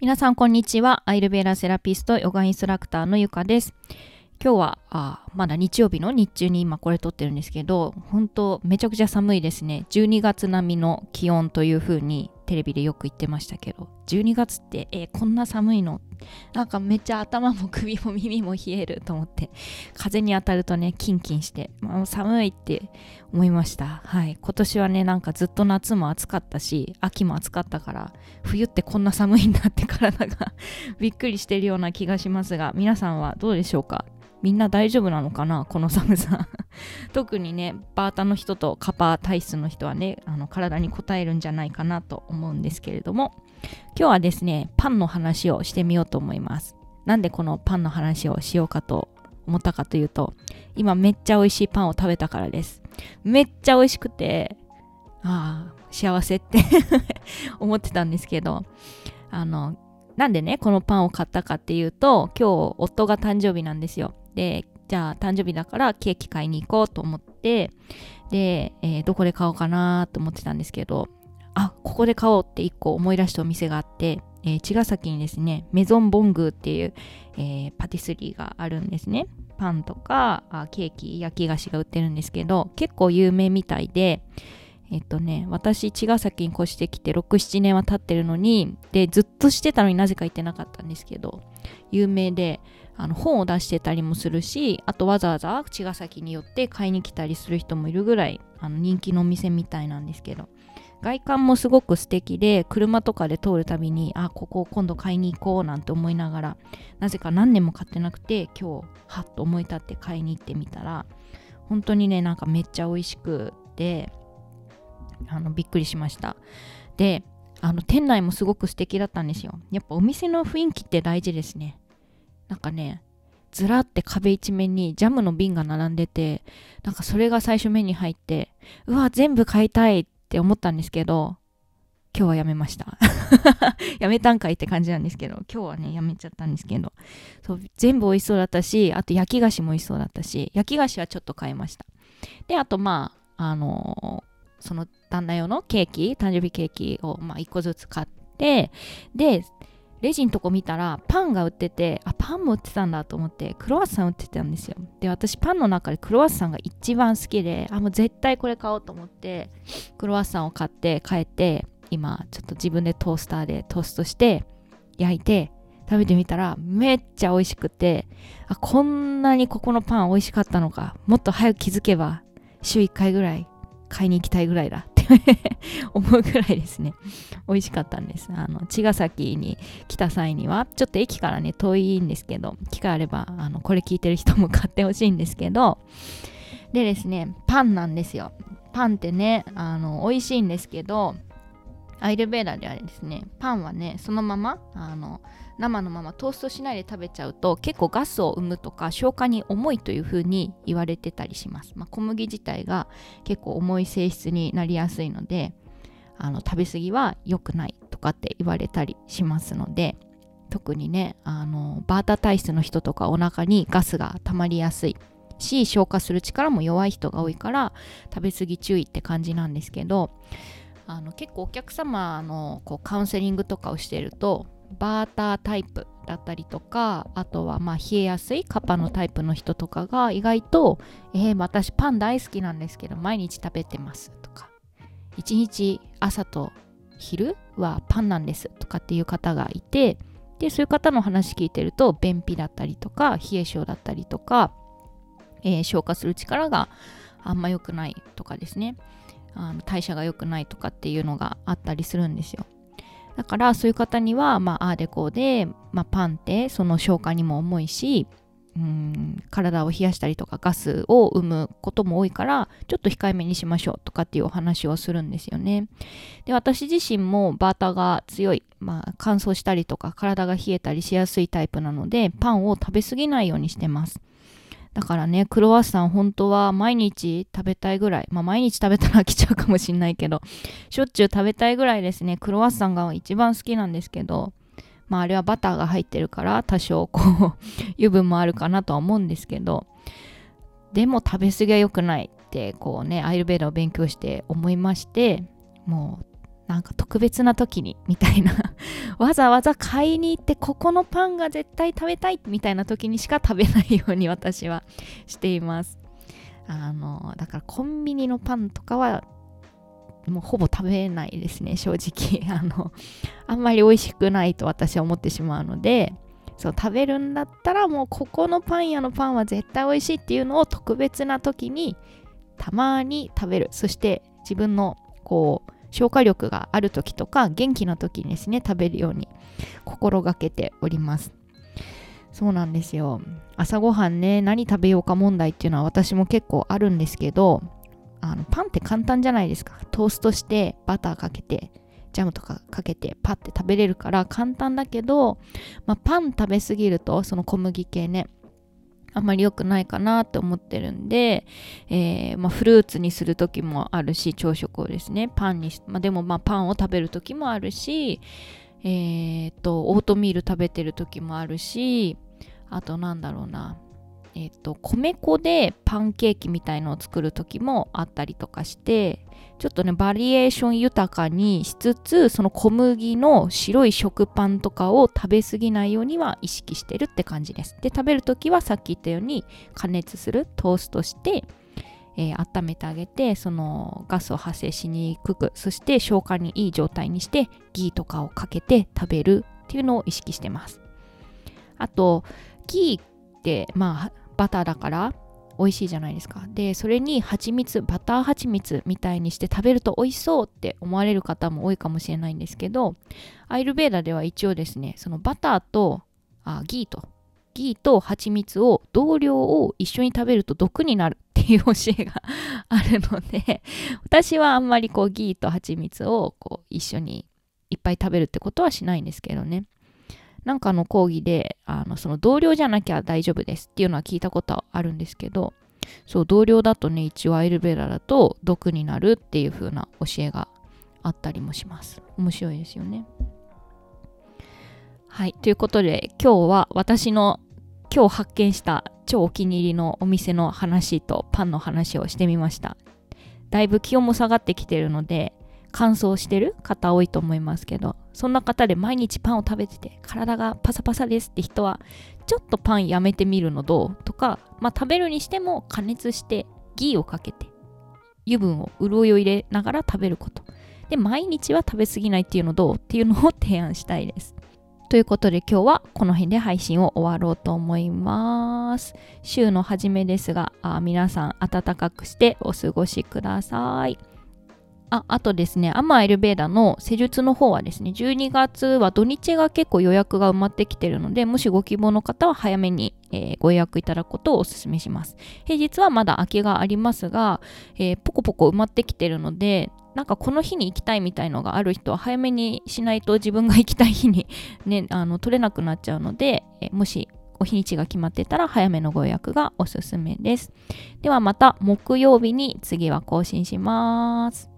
皆さんこんにちは。アイルベーラセラピストヨガインストラクターのゆかです。今日はまだ日曜日の日中に今これ撮ってるんですけど、本当めちゃくちゃ寒いですね。12月並みの気温という風にテレビでよく言ってましたけど、12月ってこんな寒いの？なんかめっちゃ頭も首も耳も冷えると思って、風に当たるとねキンキンして、寒いって思いました。はい、今年はねなんかずっと夏も暑かったし秋も暑かったから、冬ってこんな寒いんだって体がびっくりしてるような気がしますが、皆さんはどうでしょうか？みんな大丈夫なのかな、この寒さ特にねバータの人とカパ体質の人はね体に応えるんじゃないかなと思うんですけれども、今日はですねパンの話をしてみようと思います。なんでこのパンの話をしようかと思ったかというと、今めっちゃ美味しいパンを食べたからです。めっちゃ美味しくて幸せって思ってたんですけど、なんでねこのパンを買ったかっていうと、今日夫が誕生日なんですよ。でじゃあ誕生日だからケーキ買いに行こうと思って、で、どこで買おうかなと思ってたんですけど、ここで買おうって一個思い出したお店があって、茅ヶ崎にですねメゾンボングーっていう、パティスリーがあるんですね。パンとかケーキ焼き菓子が売ってるんですけど、結構有名みたいで、私茅ヶ崎に越してきて6、7年は経ってるのに、でずっとしてたのになぜか行ってなかったんですけど、有名で本を出してたりもするし、あとわざわざ茅ヶ崎に寄って買いに来たりする人もいるぐらい人気のお店みたいなんですけど、外観もすごく素敵で、車とかで通るたびにここ今度買いに行こうなんて思いながら、なぜか何年も買ってなくて、今日はっと思い立って買いに行ってみたら、本当にねなんかめっちゃ美味しくてびっくりしました。で店内もすごく素敵だったんですよ。やっぱお店の雰囲気って大事ですね。なんかねずらって壁一面にジャムの瓶が並んでて、なんかそれが最初目に入って、うわ全部買いたいって思ったんですけど、今日はやめましたやめたんかいって感じなんですけど、今日はねやめちゃったんですけど、そう全部美味しそうだったし、あと焼き菓子も美味しそうだったし、焼き菓子はちょっと買いました。であとその旦那用のケーキ、誕生日ケーキを1個ずつ買って、でレジのとこ見たらパンが売ってて、パンも売ってたんだと思って、クロワッサン売ってたんですよ。で私パンの中でクロワッサンが一番好きで、もう絶対これ買おうと思ってクロワッサンを買って帰って、今ちょっと自分でトースターでトーストして焼いて食べてみたらめっちゃ美味しくて、こんなにここのパン美味しかったのか、もっと早く気づけば週1回ぐらい買いに行きたいぐらいだって思うぐらいですね美味しかったんです。茅ヶ崎に来た際にはちょっと駅からね遠いんですけど、機会あればこれ聞いてる人も買ってほしいんですけど、でですねパンなんですよ。パンってね美味しいんですけど、アイルベーダではですねパンはねそのまま生のままトーストしないで食べちゃうと結構ガスを生むとか消化に重いというふうに言われてたりします。小麦自体が結構重い性質になりやすいので、食べ過ぎは良くないとかって言われたりしますので、特にねバータ体質の人とかお腹にガスが溜まりやすいし、消化する力も弱い人が多いから食べ過ぎ注意って感じなんですけど、結構お客様のカウンセリングとかをしていると、バータータイプだったりとか、あとは冷えやすいカパのタイプの人とかが意外と私パン大好きなんですけど毎日食べてますとか、1日朝と昼はパンなんですとかっていう方がいて、でそういう方の話聞いてると便秘だったりとか冷え性だったりとか、消化する力があんま良くないとかですね、代謝が良くないとかっていうのがあったりするんですよ。だからそういう方にはでこうで、パンってその消化にも重いし、体を冷やしたりとかガスを生むことも多いからちょっと控えめにしましょうとかっていうお話をするんですよね。で私自身もバータが強い、乾燥したりとか体が冷えたりしやすいタイプなので、パンを食べ過ぎないようにしてます。だからねクロワッサン本当は毎日食べたいぐらい、毎日食べたら飽きちゃうかもしんないけど、しょっちゅう食べたいぐらいですね。クロワッサンが一番好きなんですけど、あれはバターが入ってるから多少油分もあるかなとは思うんですけど、でも食べ過ぎは良くないってアイルベーダを勉強して思いまして、もうなんか特別な時にみたいなわざわざ買いに行ってここのパンが絶対食べたいみたいな時にしか食べないように私はしています。だからコンビニのパンとかはもうほぼ食べないですね、正直。あんまり美味しくないと私は思ってしまうので、そう食べるんだったらもうここのパン屋のパンは絶対美味しいっていうのを特別な時にたまに食べる。そして自分の消化力がある時とか元気な時にですね、食べるように心がけております。そうなんですよ。朝ごはんね、何食べようか問題っていうのは私も結構あるんですけど、パンって簡単じゃないですか。トーストしてバターかけてジャムとかかけてパッて食べれるから簡単だけど、パン食べ過ぎるとその小麦系ね、あんまり良くないかなって思ってるんで、フルーツにする時もあるし、朝食をですねパンにでもパンを食べる時もあるし、オートミール食べてる時もあるし、あとなんだろうな、米粉でパンケーキみたいのを作る時もあったりとかして、ちょっとねバリエーション豊かにしつつ、その小麦の白い食パンとかを食べ過ぎないようには意識してるって感じです。で、食べる時はさっき言ったように加熱する、トーストして、温めてあげて、そのガスを発生しにくく、そして消化にいい状態にしてギーとかをかけて食べるっていうのを意識してます。あとギーってバターだから美味しいじゃないですか。で、それに蜂蜜、バター蜂蜜みたいにして食べると美味しそうって思われる方も多いかもしれないんですけど、アイルベーダでは一応ですね、そのバターとギーと蜂蜜を同量を一緒に食べると毒になるっていう教えがあるので、私はあんまりギーと蜂蜜を一緒にいっぱい食べるってことはしないんですけどね。なんかの講義でその同僚じゃなきゃ大丈夫ですっていうのは聞いたことあるんですけど、そう同僚だとね、一応アイルベーダだと毒になるっていう風な教えがあったりもします。面白いですよね。はい、ということで今日は私の今日発見した超お気に入りのお店の話とパンの話をしてみました。だいぶ気温も下がってきてるので乾燥してる方多いと思いますけど、そんな方で毎日パンを食べてて体がパサパサですって人は、ちょっとパンやめてみるのどうとか、食べるにしても加熱してギーをかけて油分を潤いを入れながら食べることで、毎日は食べ過ぎないっていうのどうっていうのを提案したいです。ということで今日はこの辺で配信を終わろうと思います。週の初めですが、皆さん暖かくしてお過ごしください。あとですね、アマアイルベーダの施術の方はですね、12月は土日が結構予約が埋まってきてるので、もしご希望の方は早めに、ご予約いただくことをお勧めします。平日はまだ空きがありますが、ポコポコ埋まってきてるので、なんかこの日に行きたいみたいのがある人は早めにしないと自分が行きたい日に、ね、取れなくなっちゃうので、もしお日にちが決まってたら早めのご予約がおすすめです。ではまた木曜日に次は更新します。